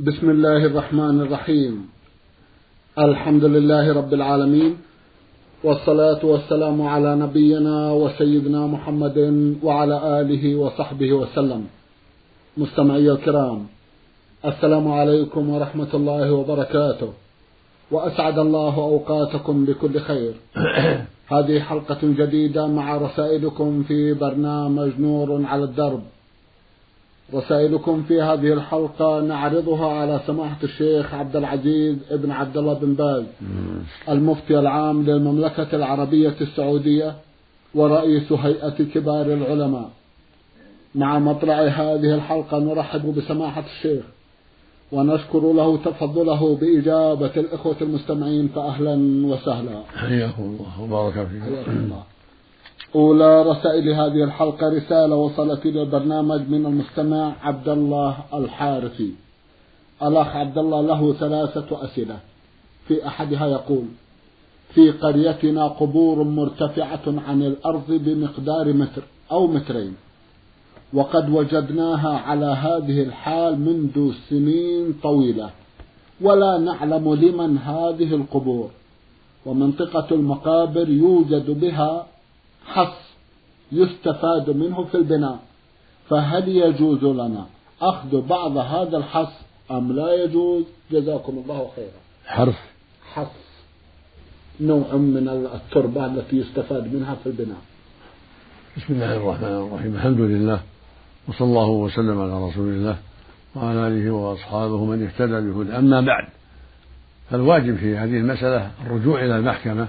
بسم الله الرحمن الرحيم. الحمد لله رب العالمين، والصلاة والسلام على نبينا وسيدنا محمد وعلى آله وصحبه وسلم. مستمعي الكرام، السلام عليكم ورحمة الله وبركاته، وأسعد الله أوقاتكم بكل خير. هذه حلقة جديدة مع رسائلكم في برنامج نور على الدرب. رسائلكم في هذه الحلقة نعرضها على سماحة الشيخ عبد العزيز ابن عبد الله بن باز، المفتي العام للمملكة العربية السعودية ورئيس هيئة كبار العلماء. مع مطلع هذه الحلقة نرحب بسماحة الشيخ ونشكر له تفضله بإجابة الإخوة المستمعين، فأهلا وسهلا. حياكم الله وبارك فيكم. أولى رسائل هذه الحلقة رسالة وصلت إلى البرنامج من المستمع عبد الله الحارثي. الأخ عبد الله له 3 أسئلة. في أحدها يقول: في قريتنا قبور مرتفعة عن الأرض بمقدار متر أو مترين، وقد وجدناها على هذه الحال منذ سنين طويلة، ولا نعلم لمن هذه القبور، ومنطقة المقابر يوجد بها حص يستفاد منه في البناء، فهل يجوز لنا أخذ بعض هذا الحص أم لا يجوز؟ جزاكم الله خيرا. حص نوع من التربة التي يستفاد منها في البناء. بسم الله الرحمن الرحيم. الحمد لله، وصلى الله وسلم على رسول الله وعلى آله وأصحابه من اهتدى بهداه. أما بعد، فالواجب في هذه المسألة الرجوع إلى المحكمة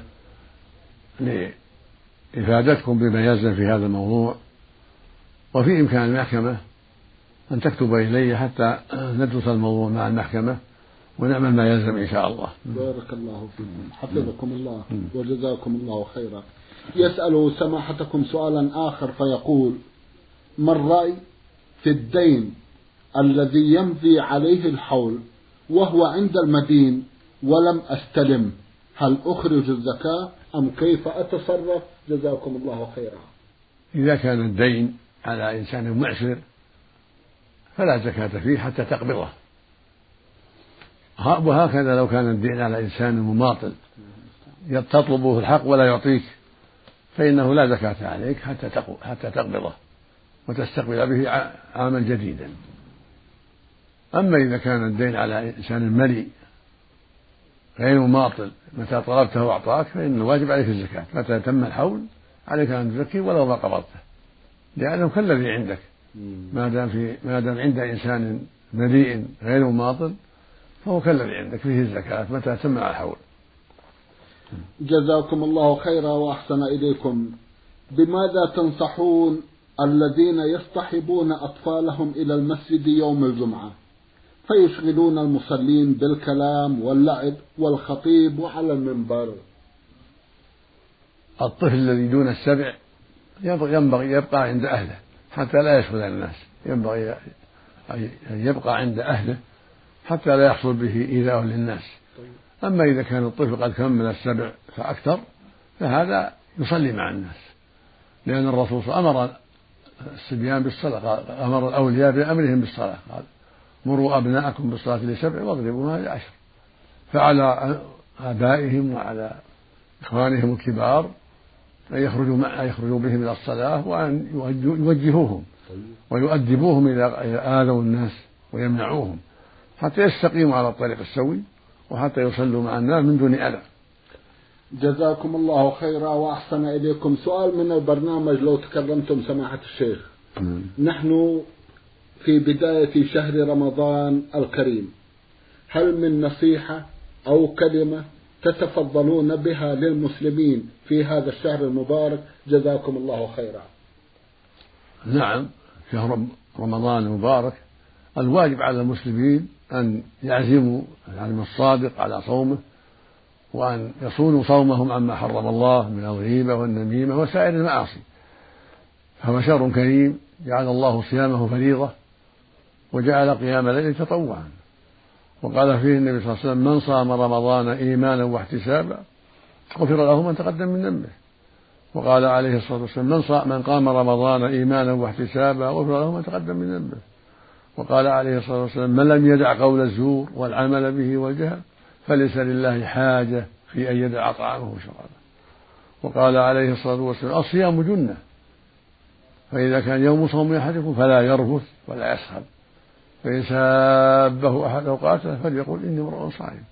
لإفادتكم بما يلزم في هذا الموضوع، وفي إمكان المحكمة أن تكتب إلي حتى ندرس الموضوع مع المحكمة ونعمل ما يلزم إن شاء الله. بارك الله فيكم، حفظكم الله وجزاكم الله خيرا. يسأل سماحتكم سؤالا آخر فيقول: ما الرأي في الدين الذي يمضي عليه الحول وهو عند المدين ولم أستلم؟ هل أخرج الزكاة أم كيف أتصرف؟ جزاكم الله خيرا. إذا كان الدين على إنسان معسر فلا زكاة فيه حتى تقبضه، وهكذا لو كان الدين على إنسان مماطل تطلبه الحق ولا يعطيك فإنه لا زكاة عليك حتى تقبضه وتستقبل به عاما جديدا. أما إذا كان الدين على إنسان ملي غير مماطل متى طلبته وأعطاك فإن الواجب عليك الزكاة، متى تم الحول عليك أن تزكي ولو ما قبضته، لأنه كالذي عندك ما دام عند إنسان مليء غير مماطل فهو كالذي عندك، فيه الزكاة متى تم الحول. جزاكم الله خيرا وأحسن إليكم. بماذا تنصحون الذين يصطحبون أطفالهم إلى المسجد يوم الجمعة فيشغلون المصلين بالكلام واللعب والخطيب وعلى المنبر؟ الطفل الذي دون السبع ينبغي يبقى عند أهله حتى لا يشغل الناس، ينبغي أن يبقى عند أهله حتى لا يحصل به إيذاء للناس. أما إذا كان الطفل قد كمل السبع فأكثر فهذا يصلي مع الناس، لأن الرسول أمر الصبيان بالصلاة، أمر الأولياء بأمرهم بالصلاة، قال: مروا أبناءكم بالصلاة ل7 واضربوها ل10. فعلى آبائهم وعلى إخوانهم الكبار أن يخرجوا بهم إلى الصلاة، وأن يوجهوهم ويؤدبوهم إذا آذوا الناس ويمنعوهم حتى يستقيموا على الطريق السوي وحتى يصلوا مع الناس من دون أذى. جزاكم الله خيرا وأحسن إليكم. سؤال من البرنامج لو تكرمتم سماحة الشيخ. نحن في بداية شهر رمضان الكريم، هل من نصيحة أو كلمة تتفضلون بها للمسلمين في هذا الشهر المبارك؟ جزاكم الله خيرا. نعم، شهر رمضان المبارك الواجب على المسلمين أن يعزموا العزم الصادق على صومه، وأن يصونوا صومهم عما حرم الله من الغيبة والنميمة وسائر المعاصي، فهو شهر كريم جعل الله صيامه فريضة وجعل قيام الليل تطوعا، وقال فيه النبي صلى الله عليه وسلم: من صام رمضان إيمانا واحتسابا غفر له من تقدم من ذنبه. وقال عليه الصلاة والسلام: من قام رمضان إيمانا واحتسابا غفر له من تقدم من ذنبه. وقال عليه الصلاة والسلام: من لم يدع قول الزور والعمل به والجهل فليس لله حاجة في أن يدع طعامه وشرابه. وقال عليه الصلاة والسلام: الصيام جنة، فإذا كان يوم صوم أحدكم فلا يرفث ولا يسخب، فإن سابه أحد أو قاتله فليقل إني امرؤ صائم.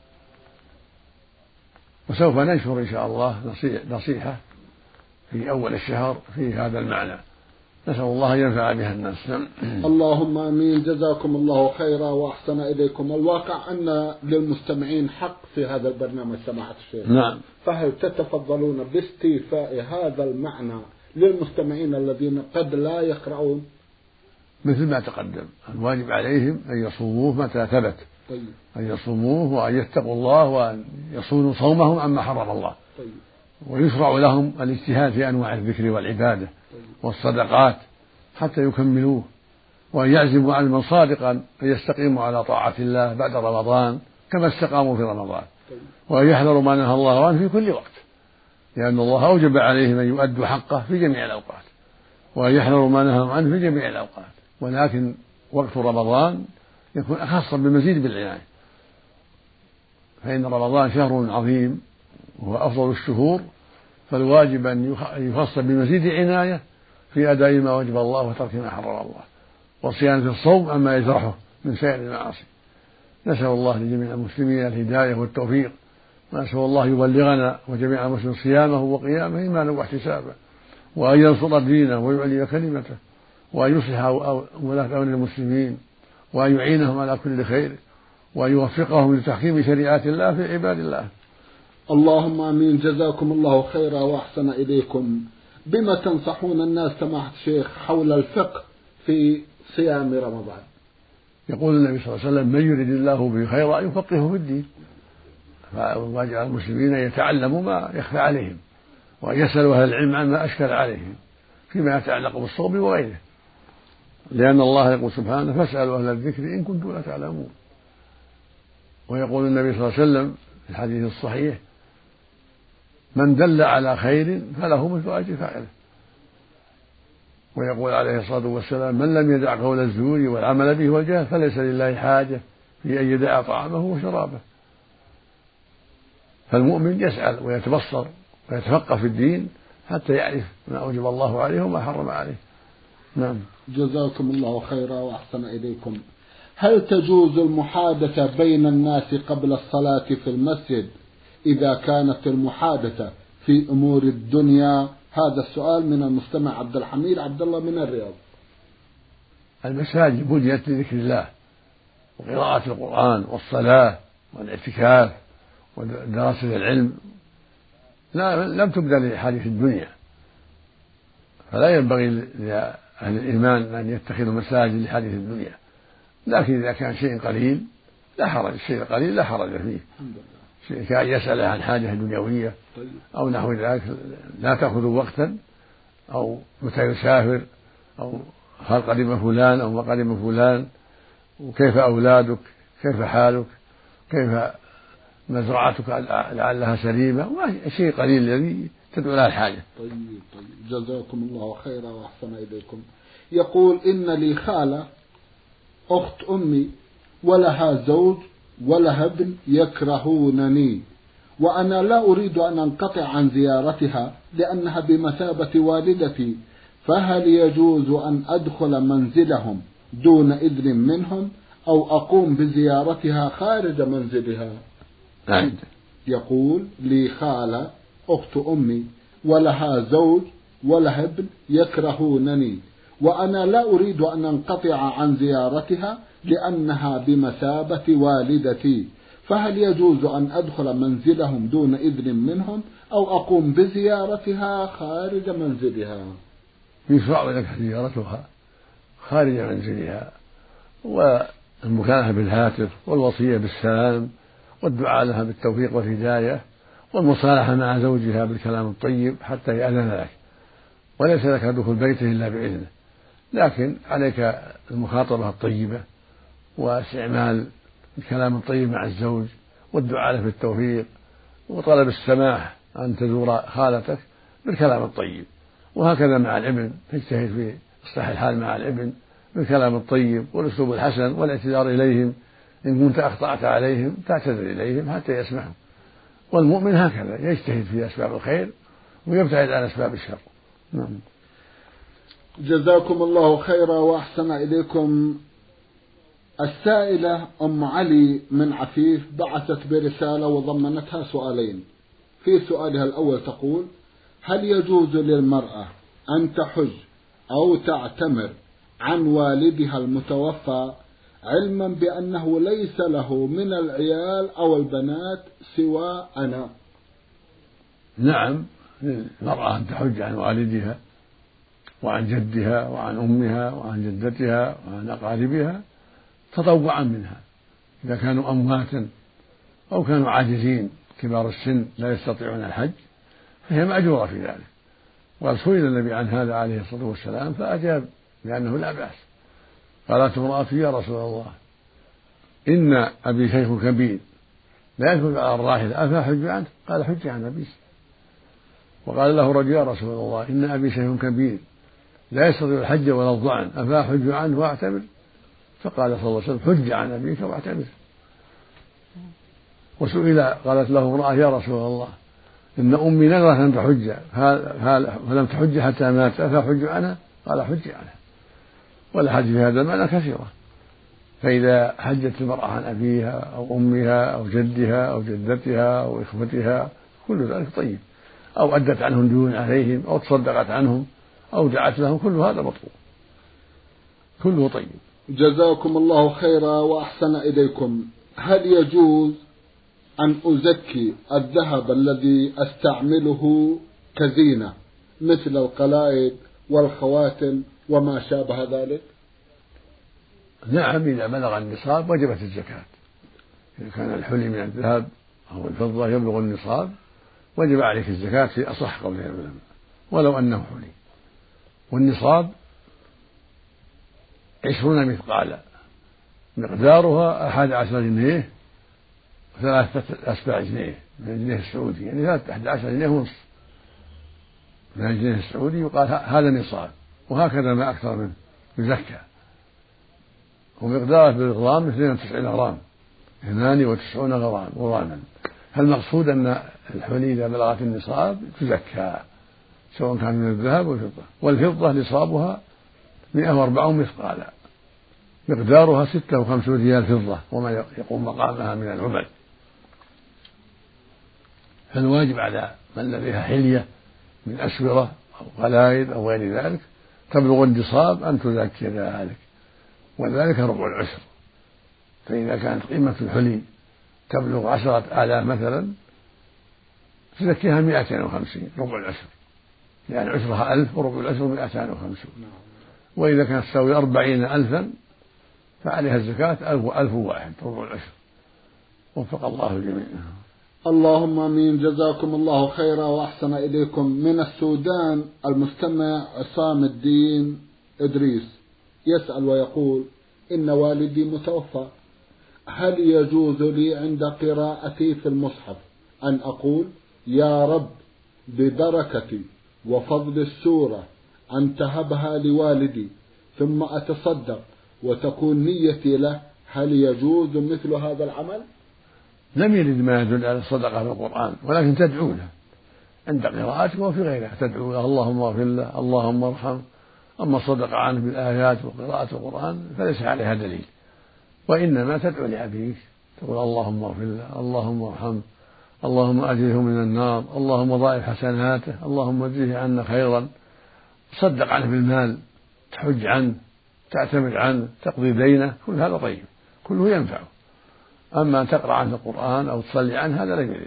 وسوف ننشر إن شاء الله نصيحة في أول الشهر في هذا المعنى، نسأل الله ينفع بها الناس. اللهم آمين. جزاكم الله خيرا وأحسن إليكم. الواقع أن للمستمعين حق في هذا البرنامج سماحة الشيخ. نعم. فهل تتفضلون باستيفاء هذا المعنى للمستمعين الذين قد لا يقرؤون؟ مثل ما تقدم، الواجب عليهم أن يصوموه متى ثبت. طيب. أن يصوموه وأن يتقوا الله وأن يصونوا صومهم عما حرم الله. طيب. ويشرع لهم الاجتهاد في أنواع الذكر والعبادة والصدقات حتى يكملوه، وأن يعزموا عزما صادقا أن يستقيموا على طاعة الله بعد رمضان كما استقاموا في رمضان. وأن يحذروا ما نهى الله عنه في كل وقت، لأن الله أوجب عليهم أن يؤدوا حقه في جميع الأوقات، وأن يحذروا ما نهى عنه في جميع الأوقات، ولكن وقت رمضان يكون أخص بمزيد بالعناية، فإن رمضان شهر عظيم وهو أفضل الشهور، فالواجب أن يخص بمزيد عناية في أداء ما وجب الله وترك ما حرم الله، وصيانة الصوم عما يجرحه من سائر المعاصي. نسأل الله لجميع المسلمين الهداية والتوفيق، ونسأل الله يبلغنا وجميع المسلمين صيامه وقيامه إيمانا واحتسابا، وأن ينصر دينه ويعلي كلمته، وأن يصلح ولاة أمر المسلمين، وأن يعينهم على كل خير، وأن يوفقهم لتحكيم شريعات الله في عباد الله. اللهم آمين. جزاكم الله خيرا وأحسن إليكم. بما تنصحون الناس سماحة الشيخ حول الفقه في صيام رمضان؟ يقول النبي صلى الله عليه وسلم: من يريد الله به خيرا يفقهه في الدين. فواجب على المسلمين أن يتعلموا ما يخفى عليهم، وأن يسألوا أهل العلم عما أشكل عليهم فيما يتعلق بالصوم وغيره، لأن الله يقول سبحانه: فاسألوا أهل الذكر إن كنتم لا تعلمون. ويقول النبي صلى الله عليه وسلم في الحديث الصحيح: من دل على خير فله مثل أجر فاعله. ويقول عليه الصلاة والسلام: من لم يدع قول الزور والعمل به والجهل فليس لله حاجة في أن يدع طعامه وشرابه. فالمؤمن يسأل ويتبصر ويتفقه في الدين حتى يعرف ما أوجب الله عليه وما حرم عليه. نعم. جزاكم الله خيرا وأحسن إليكم. هل تجوز المحادثة بين الناس قبل الصلاة في المسجد إذا كانت المحادثة في أمور الدنيا؟ هذا السؤال من المستمع عبد الحميد عبد الله من الرياض. المساجد بنيت لذكر الله وقراءة القرآن والصلاة والاعتكاف ودراسة العلم، لم تبدأ لحديث الدنيا، فلا ينبغي لأهل الإيمان أن يتخذوا مساجد لحديث الدنيا. لكن إذا كان شيء قليل لا حرج، الشيء القليل لا حرج فيه، شيء كان يسأل عن حاجة دنيوية أو نحو ذلك لا تأخذ وقتا، أو متى يسافر، أو هل قدم فلان أو ما قدم فلان، وكيف أولادك، كيف حالك، كيف مزرعتك لعلها سليمة، شيء قليل الذي تدعو لها الحاجة. طيب جزاكم الله خيرا وأحسن إليكم. يقول: إن لي خالة أخت أمي ولها زوج ولها ابن يكرهونني، وأنا لا أريد أن أنقطع عن زيارتها لأنها بمثابة والدتي، فهل يجوز أن أدخل منزلهم دون إذن منهم أو أقوم بزيارتها خارج منزلها؟ يقول: لي خالة أخت أمي ولها زوج ولها ابن يكرهونني، وأنا لا أريد أن أنقطع عن زيارتها لأنها بمثابة والدتي، فهل يجوز أن أدخل منزلهم دون إذن منهم أو أقوم بزيارتها خارج منزلها؟ يشرع لك زيارتها خارج منزلها، والمكافحة بالهاتف، والوصية بالسلام، والدعاء لها بالتوفيق والهداية، والمصالحة مع زوجها بالكلام الطيب حتى يأذن لك، وليس لك دخول بيته إلا بإذنه، لكن عليك المخاطبة الطيبة واستعمال الكلام الطيب مع الزوج، والدعاء له بالتوفيق، وطلب السماح أن تزور خالتك بالكلام الطيب. وهكذا مع الابن، تجتهد في إصلاح الحال مع الابن بالكلام الطيب والأسلوب الحسن والاعتذار إليهم، إن كنت أخطأت عليهم تعتذر إليهم حتى يسمحوا. والمؤمن هكذا يجتهد في أسباب الخير ويبتعد عن أسباب الشر. نعم. جزاكم الله خيرا وأحسن إليكم. السائلة أم علي من عفيف بعثت برسالة وضمنتها سؤالين. في سؤالها الأول تقول: هل يجوز للمرأة أن تحج أو تعتمر عن والدها المتوفى علما بأنه ليس له من العيال أو البنات سوى أنا؟ نعم، للمرأة أن تحج عن والدها وعن جدها وعن أمها وعن جدتها وعن أقاربها تطوعا منها، إذا كانوا أمواتا أو كانوا عاجزين كبار السن لا يستطيعون الحج فهي مأجورة في ذلك. وقد سئل النبي عن هذا عليه الصلاة والسلام فأجاب بأنه لا بأس. قالت امرأة: يا رسول الله، إن أبي شيخ كبير لا يثبت على الراحلة أفأحج عنه؟ قال: حج عن أبيك. وقال له رجل: يا رسول الله، إن أبي شيخ كبير لا يستطيع الحج ولا الضعن أفأحج عنه وأعتمر؟ فقال صلى الله عليه وسلم: حج عن أبيك واعتمر. وسئل قالت له امرأة: يا رسول الله، إن أمي نذرت أن تحج فلم تحج حتى مات أفأحج عنها؟ قال: حج عنها. والحج في هذا المعنى كثيرة، فإذا حجت المرأة عن أبيها أو أمها أو جدها أو جدتها أو إخوتها كل ذلك طيب، أو أدت عنهم ديون عليهم أو تصدقت عنهم أو دعت لهم، كل هذا مطلوب، كله طيب. جزاكم الله خيرا وأحسن إليكم. هل يجوز أن أزكي الذهب الذي أستعمله كزينة مثل القلائد والخواتم وما شابه ذلك؟ نعم، إذا بلغ النصاب وجبت الزكاة. إذا كان الحلي من الذهب أو الفضة يبلغ النصاب وجب عليك الزكاة في أصح قول العلماء ولو أنه حلي. والنصاب 20 مثقالا مقدارها 11 جنيه 3 أسباع جنيه من الجنيه السعودي، يعني 11 جنيه ونصف من الجنيه السعودي، يقال هذا نصاب. وهكذا ما أكثر منه يزكى. ومقداره بالغرام 92 غرام 92 غراما. فالمقصود أن الحلي إذا بلغت النصاب تزكى سواء كان من الذهب والفضة. والفضة نصابها 104 مثقالا مقدارها 56 ريال فضة وما يقوم مقامها من العمل. فالواجب على من لديها حلية من أسورة أو قلائد أو غير ذلك تبلغ النصاب أن تزكي ذلك، وذلك ربع العشر. فإذا كانت قيمة الحلي تبلغ 10,000 مثلا تزكيها 250 ربع العشر، يعني عشرها 1000 وربع العشر 250. وإذا كانت تساوي 40,000 فعليها الزكاة 1001 ربع العشر. وفق الله الجميع. اللهم آمين. جزاكم الله خيرا وأحسن إليكم. من السودان المستمع عصام الدين إدريس يسأل ويقول: إن والدي متوفى، هل يجوز لي عند قراءتي في المصحف أن أقول: يا رب ببركة وفضل السورة أن تهبها لوالدي، ثم أتصدق وتكون نيتي له؟ هل يجوز مثل هذا العمل؟ لم يرد ما يدل على الصدقة في القرآن، ولكن تدعو له عند قراءته وفي غيرها، تدعو له اللهم اغفر له اللهم ارحمه. أما الصدقة عنه بالآيات وقراءة القرآن فليس عليها دليل، وإنما تدعو لأبيك تقول اللهم اغفر له اللهم ارحمه اللهم أجره من النار اللهم ضاعف حسناته اللهم اجزه عنا خيرا. تصدق عنه بالمال، تحج عنه، تعتمد عنه، تقضي دينه، كل هذا طيب، كله ينفعه. أما أن تقرأ عنه القرآن أو تصلي عنه هذا لا يريد.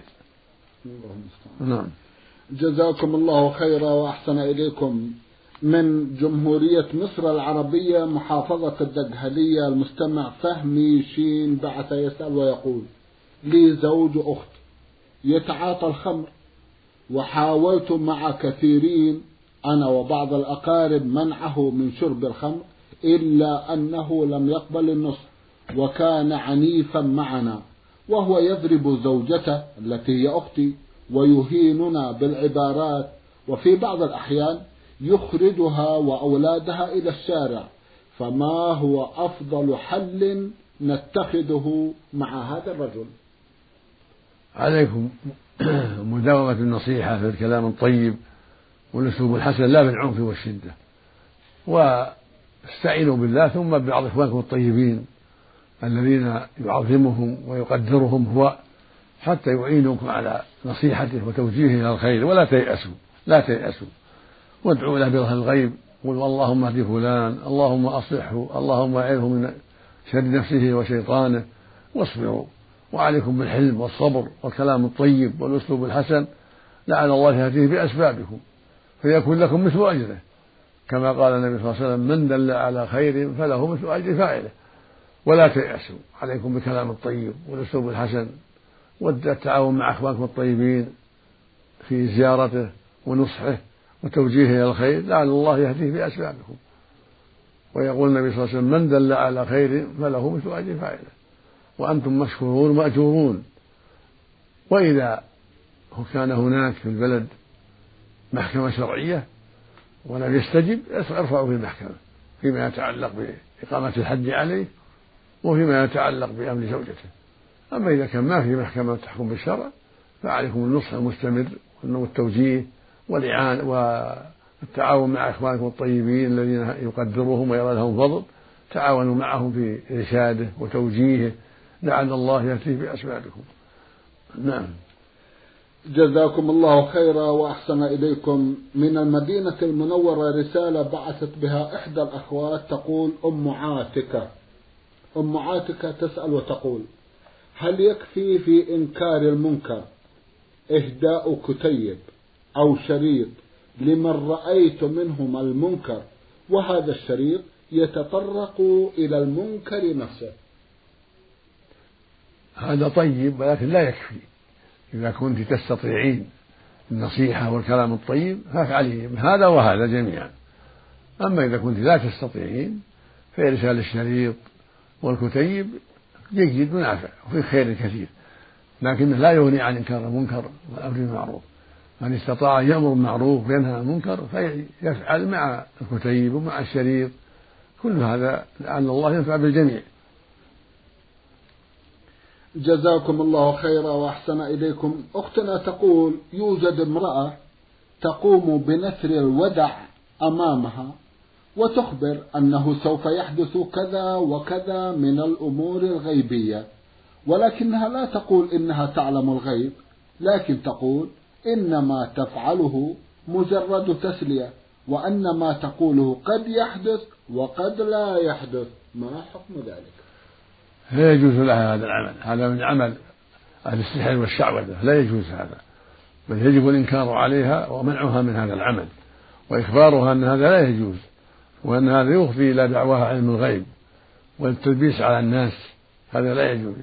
نعم. جزاكم الله خيرا وأحسن إليكم. من جمهورية مصر العربية محافظة الدقهلية المستمع فهمي شين بعث يسأل ويقول: لي زوج أخت يتعاطى الخمر، وحاولت مع كثيرين أنا وبعض الأقارب منعه من شرب الخمر، إلا أنه لم يقبل النصح وكان عنيفا معنا، وهو يضرب زوجته التي هي أختي ويهيننا بالعبارات، وفي بعض الأحيان يخرجها وأولادها إلى الشارع، فما هو أفضل حل نتخذه مع هذا الرجل؟ عليكم مداومة النصيحة في الكلام الطيب والأسلوب الحسن، لا بالعنف والشدة، واستعينوا بالله ثم ببعض إخوانكم الطيبين الذين يعظمهم ويقدرهم هو حتى يعينوكم على نصيحته وتوجيهه إلى الخير. ولا تيأسوا، لا تيأسوا، وادعوا له بظهر الغيب، قل اللهم اهد فلان، اللهم أصلحه، اللهم أعذه من شر نفسه وشيطانه، واصبروا. وعليكم بالحلم والصبر والكلام الطيب والأسلوب الحسن، لعل الله يهديه بأسبابكم فيكون لكم مثل أجره، كما قال النبي صلى الله عليه وسلم: من دل على خير فله مثل أجر فاعله. ولا تيأسوا، عليكم بالكلام الطيب والأسلوب الحسن والتعاون مع أخوانكم الطيبين في زيارته ونصحه وتوجيهه إلى الخير، لعل الله يهديه بأسبابكم. ويقول النبي صلى الله عليه وسلم: من دل على خير فله مثل أجر فاعله، وأنتم مشكورون مأجورون. وإذا كان هناك في البلد محكمة شرعية ولم يستجب، ارفعوا في المحكمة فيما يتعلق بإقامة الحد عليه وفيما يتعلق بأمر زوجته. أما إذا كان ما في محكمة تحكم بالشرع فعليكم النصح المستمر والتوجيه والإعانة والتعاون مع إخوانكم الطيبين الذين يقدرهم ويرى لهم فضل، تعاونوا معهم في إرشاده وتوجيهه، لعل الله يأتي بأسبابكم. نعم. جزاكم الله خيرا وأحسن إليكم. من المدينة المنورة رسالة بعثت بها إحدى الأخوات تقول: أم عاتكة تسأل وتقول: هل يكفي في إنكار المنكر إهداء كتيب أو شريط لمن رأيت منهم المنكر وهذا الشريط يتطرق إلى المنكر نفسه؟ هذا طيب، ولكن لا يكفي. إذا كنت تستطيعين النصيحة والكلام الطيب فافعلي هذا وهذا جميعا. أما إذا كنت لا تستطيعين فإرسال الشريط والكتيب جيد ونافع وفيه خير كثير، لكنه لا يغني عن إنكار المنكر والأمر بالمعروف. من استطاع أن يأمر بالمعروف وينهى عن المنكر فيفعل مع الكتيب ومع الشريط، كل هذا لعل الله ينفع بالجميع. جزاكم الله خيرا وأحسن إليكم. أختنا تقول: يوجد امرأة تقوم بنثر الودع أمامها وتخبر أنه سوف يحدث كذا وكذا من الأمور الغيبية، ولكنها لا تقول إنها تعلم الغيب، لكن تقول إنما تفعله مجرد تسلية، وأن ما تقوله قد يحدث وقد لا يحدث. ما حكم ذلك؟ لا يجوز لها هذا العمل، هذا من عمل أهل السحر والشعوذة، لا يجوز هذا، بل يجب الإنكار عليها ومنعها من هذا العمل وإخبارها أن هذا لا يجوز، وأن هذا يفضي إلى دعواها علم الغيب والتلبيس على الناس، هذا لا يجوز.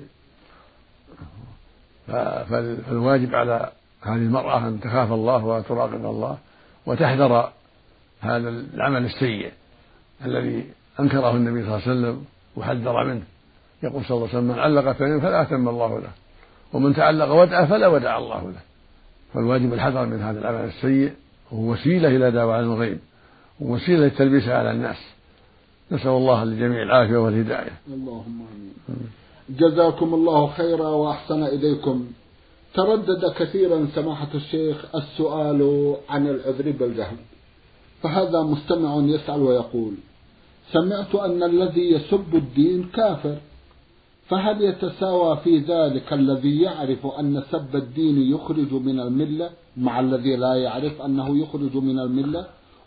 فالواجب على هذه المرأة أن تخاف الله وتراقب الله وتحذر هذا العمل السيء الذي أنكره النبي صلى الله عليه وسلم وحذر منه. يقول صلى الله عليه وسلم: من علق تميما فلا أتم الله له، ومن تعلق ودعا فلا ودع الله له. فالواجب الحذر من هذا العمل السيء، وهو وسيلة إلى دعوة علم الغيب ووسيلة للتلبيس على الناس. نسأل الله للجميع العافية والهداية. اللهم آمين. جزاكم الله خيرا وأحسن إليكم. تردد كثيرا سماحة الشيخ السؤال عن العذر بالجهل، فهذا مستمع يسأل ويقول: سمعت أن الذي يسب الدين كافر، فهل يتساوى في ذلك الذي يعرف أن سب الدين يخرج من الملة مع الذي لا يعرف أنه يخرج من الملة؟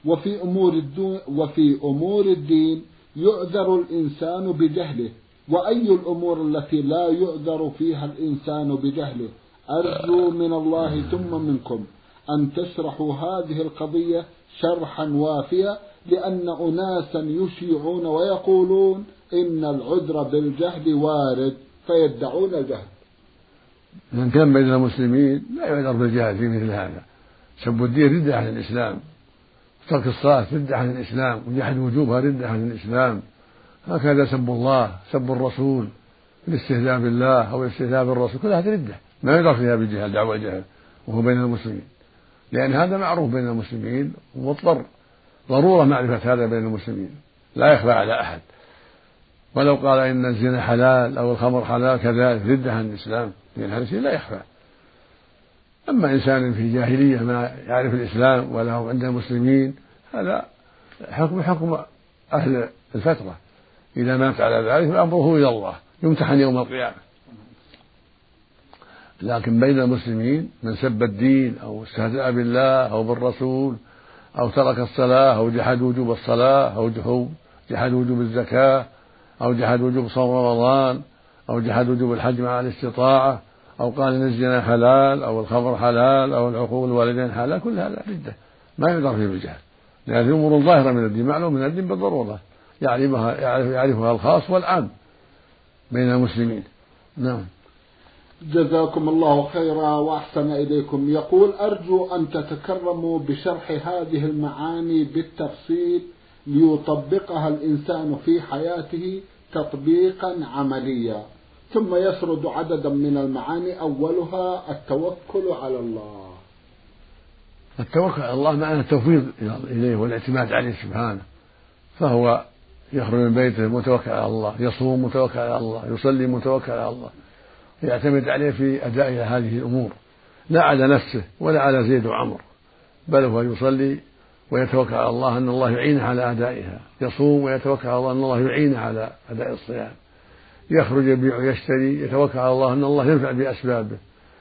وفي أمور الدين يعذر الإنسان بجهله، وأي الأمور التي لا يعذر فيها الإنسان بجهله؟ أرجو من الله ثم منكم أن تشرحوا هذه القضية شرحا وافيا، لأن أناسا يشيعون ويقولون إن العذر بالجهل وارد فيدعون الجهل. من كان بين المسلمين لا يعذر بالجهل في مثل هذا. سب الدين ردة عن الإسلام، ترك الصلاة ردة عن الإسلام، وجحد وجوبها ردة عن الإسلام. هكذا سب الله، سب الرسول، الاستهزاء بالله أو الاستهزاء بالرسول، كل هذه ردة ما يعذر فيها بالجهل، دعوة الجهل وهو بين المسلمين، لأن هذا معروف بين المسلمين، واضطر ضرورة معرفة هذا بين المسلمين، لا يخفى على أحد. ولو قال إن الزنا حلال أو الخمر حلال كذلك ردة عن الإسلام، لأن هذا الشيء لا يخفى. أما إنسان في جاهلية ما يعرف الإسلام ولا هو عند المسلمين، هذا حكم أهل الفترة، إذا مات على ذلك فأمره إلى الله، يمتحن يوم القيامة. لكن بين المسلمين من سب الدين أو استهزأ بالله أو بالرسول أو ترك الصلاة أو جحد وجوب الصلاة أو جحد وجوب الزكاة أو جحد وجوب صوم رمضان أو جحد وجوب الحج مع الاستطاعة أو قال إن الزنا حلال أو الخمر حلال أو العقوق الوالدين حلال، كل هذا ردة ما يقدر فيه بالجهل، لأن أمور ظاهرة من الدين، معلوم من الدين بالضرورة يعرفها الخاص والعام بين المسلمين. نعم. جزاكم الله خيرا وأحسن إليكم. يقول: أرجو أن تتكرموا بشرح هذه المعاني بالتفصيل ليطبقها الإنسان في حياته تطبيقا عمليا، ثم يسرد عددا من المعاني أولها التوكل على الله. التوكل على الله معنى التفويض إليه والاعتماد عليه سبحانه، فهو يخرج من بيته متوكل على الله، يصوم متوكل على الله، يصلي متوكل على الله، يعتمد عليه في أداء هذه الأمور، لا على نفسه ولا على زيد وعمر، بل هو يصلي ويتوكل على الله أن الله يعينه على أدائها، يصوم ويتوكل على الله أن الله يعينه على أداء الصيام، يخرج يبيع ويشتري يتوكل على الله أن الله ينفع بأسبابه،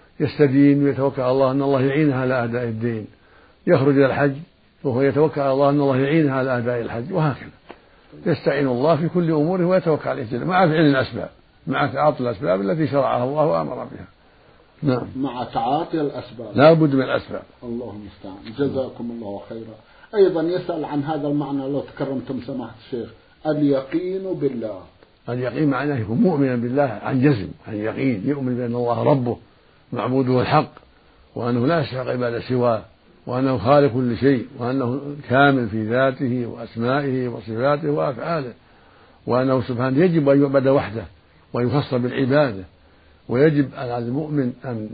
يستدين ويتوكل على الله أن الله يعينه على أداء الدين، يخرج إلى الحج وهو يتوكل على الله أن الله يعينه على أداء الحج، وهكذا يستعين الله في كل أموره ويتوكل عليه مع فعل الأسباب، مع تعاطي الأسباب التي شرعها الله وأمر بها. نعم. مع تعاطي الأسباب، لا بد من الأسباب. الله المستعان. جزاكم الله خيرا. أيضا يسأل عن هذا المعنى لو تكرمتم سماحة الشيخ: اليقين بالله. اليقين معناه يكون مؤمنا بالله عن جزم، عن يقين، يؤمن بأن الله ربه معبوده الحق، وأنه لا يستحق عبادة سواه، وأنه خالق كل شيء، وأنه كامل في ذاته وأسمائه وصفاته وأفعاله، وأنه سبحانه يجب أن يعبد وحده ويخص بالعبادة، ويجب على المؤمن أن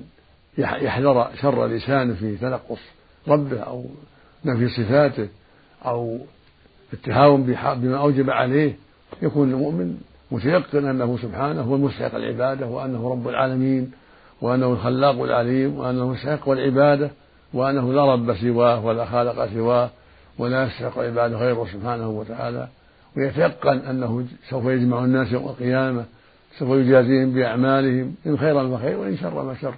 يحذر شر لسانه في تنقص ربه أو نفي صفاته أو التهاون بما أوجب عليه. يكون المؤمن متيقن أنه سبحانه هو المستحق العبادة، وأنه رب العالمين، وأنه الخلاق العليم، وأنه مستحق العبادة، وأنه لا رب سواه ولا خالق سواه ولا يستحق العبادة غيره سبحانه وتعالى، ويتيقن أنه سوف يجمع الناس يوم القيامة، سوف يجازيهم بأعمالهم إن خيرا فخير وإن شرا فشر،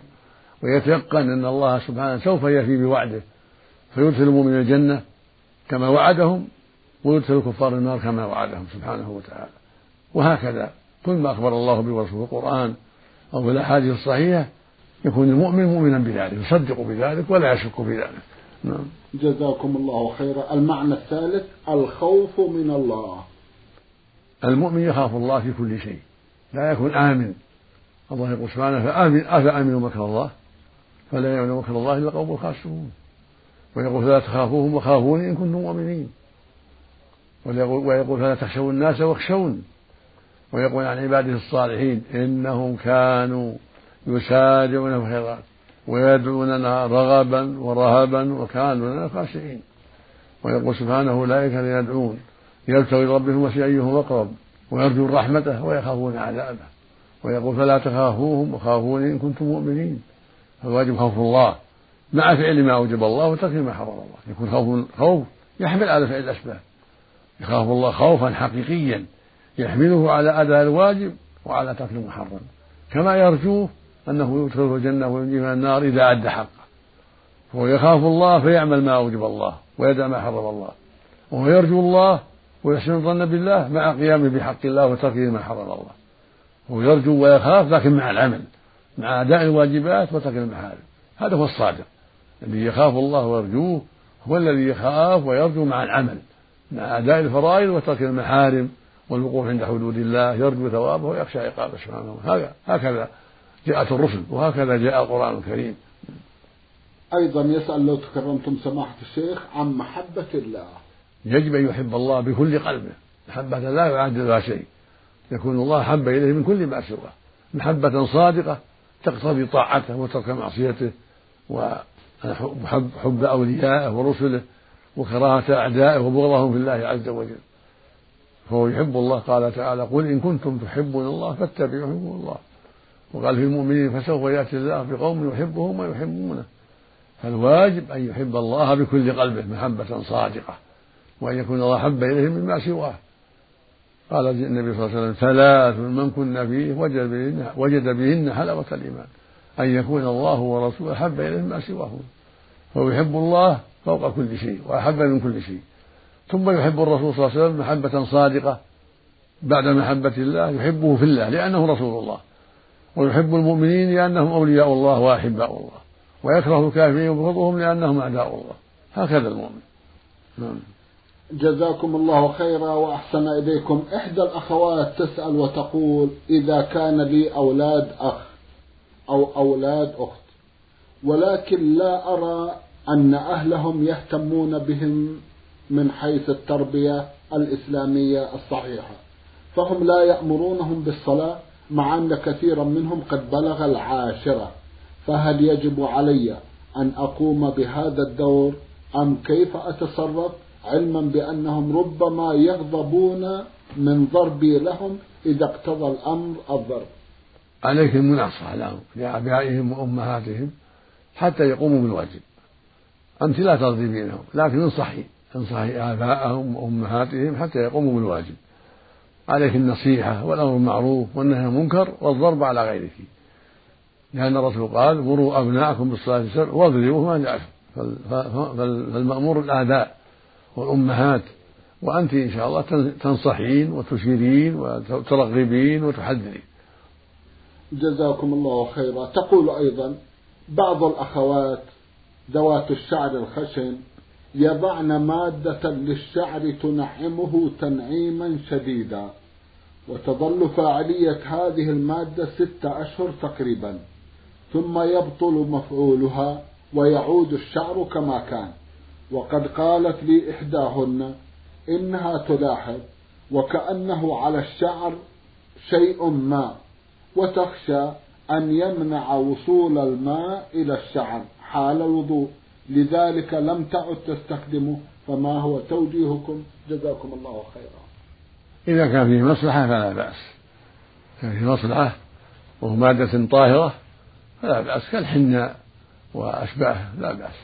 ويتيقن أن الله سبحانه سوف يفي بوعده فيدخل المؤمنين الجنة كما وعدهم، ويدخل الكفار النار كما وعدهم سبحانه وتعالى. وهكذا كل ما أخبر الله به ورسوله في القرآن أو في الأحاديث الصحيحة يكون المؤمن مؤمنا بذلك، يصدق بذلك ولا يشك في ذلك. نعم. جزاكم الله خيرا. المعنى الثالث: الخوف من الله. المؤمن يخاف الله في كل شيء، لا يكون آمن. الله يقول سبحانه: أفأمنوا مكر الله فلا يأمن مكر الله إلا القوم الخاسرون، ويقول: فلا تخافوهم وخافوني إن كنتم مؤمنين، ويقول: فلا تخشوا الناس واخشون، ويقول عن عباده الصالحين: إنهم كانوا يسارعون في الخيرات ويدعوننا رغبا ورهبا وكانوا لنا خاشعين، ويقول سبحانه: أولئك الذين يدعون يبتغون ربهم وسيء أيهم أقرب ويرجون رحمته ويخافون عذابه، ويقول: فلا تخافوهم وخافوني إن كنتم مؤمنين. فالواجب خوف الله مع فعل ما أوجب الله وترك ما حرم الله، يكون خوف يحمل على فعل الأسباب، يخاف الله خوفا حقيقيا يحمله على أداء الواجب وعلى ترك المحرم، كما يرجوه أنه يدخله الجنة وينجيه من النار إذا أدى حقه. هو يخاف الله فيعمل ما أوجب الله ويدع ما حرم الله، وهو يرجو الله ويحسن الظن بالله مع قيامه بحق الله وتركه ما حرم الله. هو يرجو ويخاف لكن مع العمل، مع أداء الواجبات وترك المحارم. هذا هو الصادق الذي يخاف الله ويرجوه، هو الذي يخاف ويرجو مع العمل، مع أداء الفرائض وترك المحارم والوقوف عند حدود الله، يرجو ثوابه ويخشى عقابه سبحانه. هكذا جاءت الرسل وهكذا جاء القرآن الكريم. أيضا يسأل لو تكرمتم سماحة الشيخ عن محبة الله. يجب أن يحب الله بكل قلبه، محبة لا يعادلها شيء، يكون الله حب إليه من كل ما سواه، محبة صادقة تقتضي طاعته وترك معصيته وحب أوليائه ورسله وكراهة أعدائه وبغضهم في الله عز وجل. فهو يحب الله. قال تعالى: قل إن كنتم تحبون الله فاتبعوه الله. وقال في المؤمنين: فسوف يأتي الله بقوم يحبهم ويحبونه. فالواجب أن يحب الله بكل قلبه محبة صادقة، وأن يكون الله أحب إليه مما سواه. قال النبي صلى الله عليه وسلم: ثلاث من كن فيه وجد بهن حلاوة الإيمان: أن يكون الله ورسوله أحب إليه مما سواه. فهو يحب الله فوق كل شيء وأحب من كل شيء، ثم يحب الرسول صلى الله عليه وسلم محبة صادقة بعد محبة الله، يحبه في الله لأنه رسول الله، ويحب المؤمنين لأنهم أولياء الله وأحباء الله، ويكره الكافرين ويبغضهم لأنهم أعداء الله. هكذا المؤمن. جزاكم الله خيرا وأحسن إليكم. إحدى الأخوات تسأل وتقول: إذا كان لي أولاد أخ أو أولاد أخت، ولكن لا أرى أن أهلهم يهتمون بهم من حيث التربية الإسلامية الصحيحة، فهم لا يأمرونهم بالصلاة مع أن كثيرا منهم قد بلغ العاشرة، فهل يجب علي أن أقوم بهذا الدور أم كيف أتصرف، علما بأنهم ربما يغضبون من ضربي لهم إذا اقتضى الأمر الضرب؟ عليك المناصحة لهم لآبائهم وأمهاتهم حتى يقوموا بالواجب. أنت لا ترضي بينهم، لكن انصحي آبائهم وأمهاتهم حتى يقوموا بالواجب. عليك النصيحة والأمر بالمعروف والنهي عن المنكر والضرب على غيرك، لأن الرسول قال: مروا أبناءكم بالصلاة والسلام واضربوهم ما جاءكم. فالمأمور الآباء والأمهات، وأنت إن شاء الله تنصحين وتشيرين وترغبين وتحذرين. جزاكم الله خيرا. تقول أيضا: بعض الأخوات ذوات الشعر الخشن يضعن مادة للشعر تنعمه تنعيما شديدا، وتظل فاعلية هذه المادة 6 أشهر تقريبا، ثم يبطل مفعولها ويعود الشعر كما كان. وقد قالت لي إحداهن إنها تلاحظ وكأنه على الشعر شيء ما، وتخشى أن يمنع وصول الماء إلى الشعر حال الوضوء، لذلك لم تعد تستخدمه، فما هو توجيهكم؟ جزاكم الله خيرا. إذا كان فيه مصلحة فلا بأس، كان فيه مصلحة وهو مادة طاهرة فلا بأس، كالحناء وأشباهه لا بأس،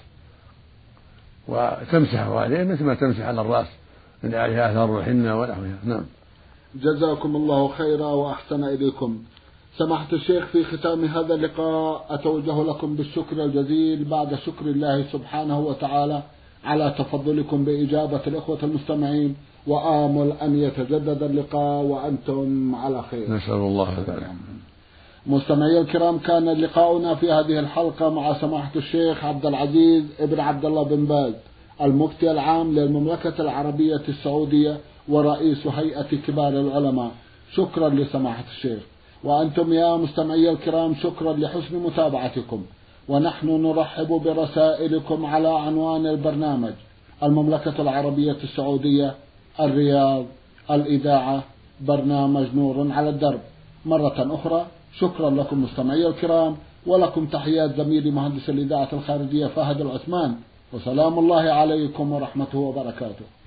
وتمسح عليه مثل ما تمسح على الرأس من عليها آثار الحناء ونحوها. نعم. جزاكم الله خيرا وأحسن إليكم. سماحة الشيخ، في ختام هذا اللقاء أتوجه لكم بالشكر الجزيل بعد شكر الله سبحانه وتعالى على تفضلكم بإجابة الإخوة المستمعين، وآمل أن يتجدد اللقاء وأنتم على خير. نسأل الله ذلك. مستمعي الكرام، كان لقاؤنا في هذه الحلقة مع سماحة الشيخ عبد العزيز ابن عبد الله بن باز، المفتي العام للمملكة العربية السعودية ورئيس هيئة كبار العلماء. شكرا لسماحة الشيخ. وأنتم يا مستمعي الكرام شكرا لحسن متابعتكم، ونحن نرحب برسائلكم على عنوان البرنامج: المملكة العربية السعودية، الرياض، الإذاعة، برنامج نور على الدرب. مرة أخرى شكرا لكم مستمعي الكرام، ولكم تحيات زميلي مهندس الإذاعة الخارجية فهد العثمان، وسلام الله عليكم ورحمته وبركاته.